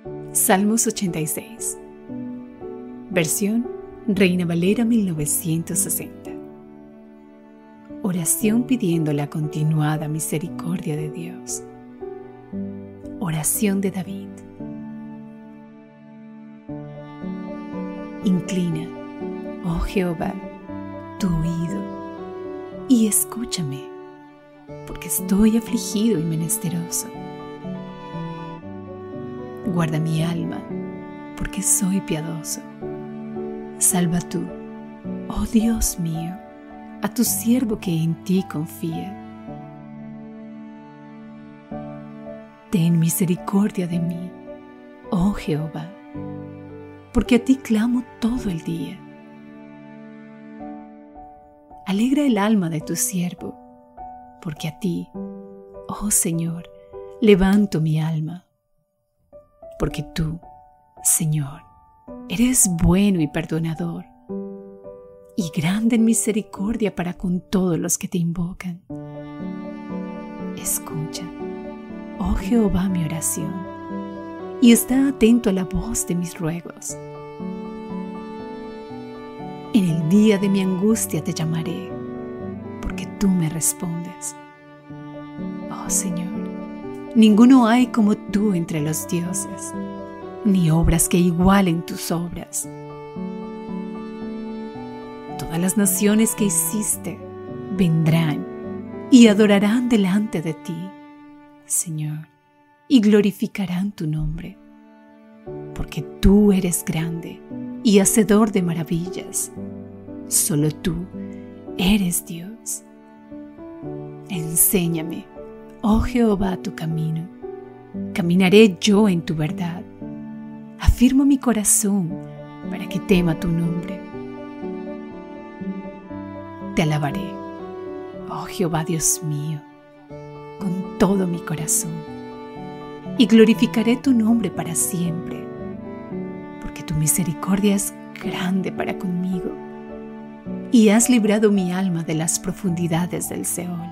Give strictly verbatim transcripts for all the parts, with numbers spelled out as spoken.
Salmos ochenta y seis. Versión Reina Valera mil novecientos sesenta. Oración pidiendo la continuada misericordia de Dios. Oración de David. Inclina, oh Jehová, tu oído y escúchame, porque estoy afligido y menesteroso. Guarda mi alma, porque soy piadoso. Salva tú, oh Dios mío, a tu siervo que en ti confía. Ten misericordia de mí, oh Jehová, porque a ti clamo todo el día. Alegra el alma de tu siervo, porque a ti, oh Señor, levanto mi alma. Porque tú, Señor, eres bueno y perdonador, y grande en misericordia para con todos los que te invocan. Escucha, oh Jehová, mi oración, y está atento a la voz de mis ruegos. En el día de mi angustia te llamaré, porque tú me respondes. Oh Señor, ninguno hay como tú entre los dioses, ni obras que igualen tus obras. Todas las naciones que hiciste vendrán y adorarán delante de ti, Señor, y glorificarán tu nombre, porque tú eres grande y hacedor de maravillas. Solo tú eres Dios. Enséñame, oh Jehová, tu camino. Caminaré yo en tu verdad. Afirmo mi corazón para que tema tu nombre. Te alabaré, oh Jehová Dios mío, con todo mi corazón, y glorificaré tu nombre para siempre, porque tu misericordia es grande para conmigo, y has librado mi alma de las profundidades del Seol.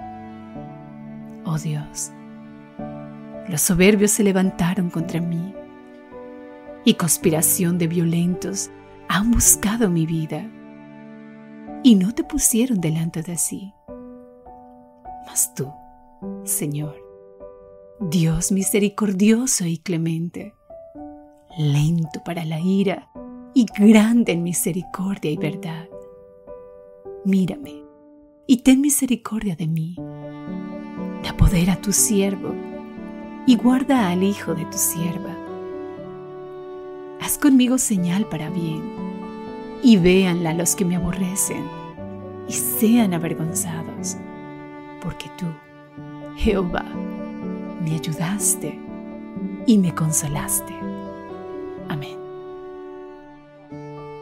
Oh Dios, los soberbios se levantaron contra mí, y conspiración de violentos han buscado mi vida, y no te pusieron delante de sí. Mas tú, Señor, Dios misericordioso y clemente, lento para la ira y grande en misericordia y verdad, mírame y ten misericordia de mí. Da poder a tu siervo y guarda al hijo de tu sierva. Haz conmigo señal para bien, y véanla los que me aborrecen, y sean avergonzados, porque tú, Jehová, me ayudaste y me consolaste. Amén.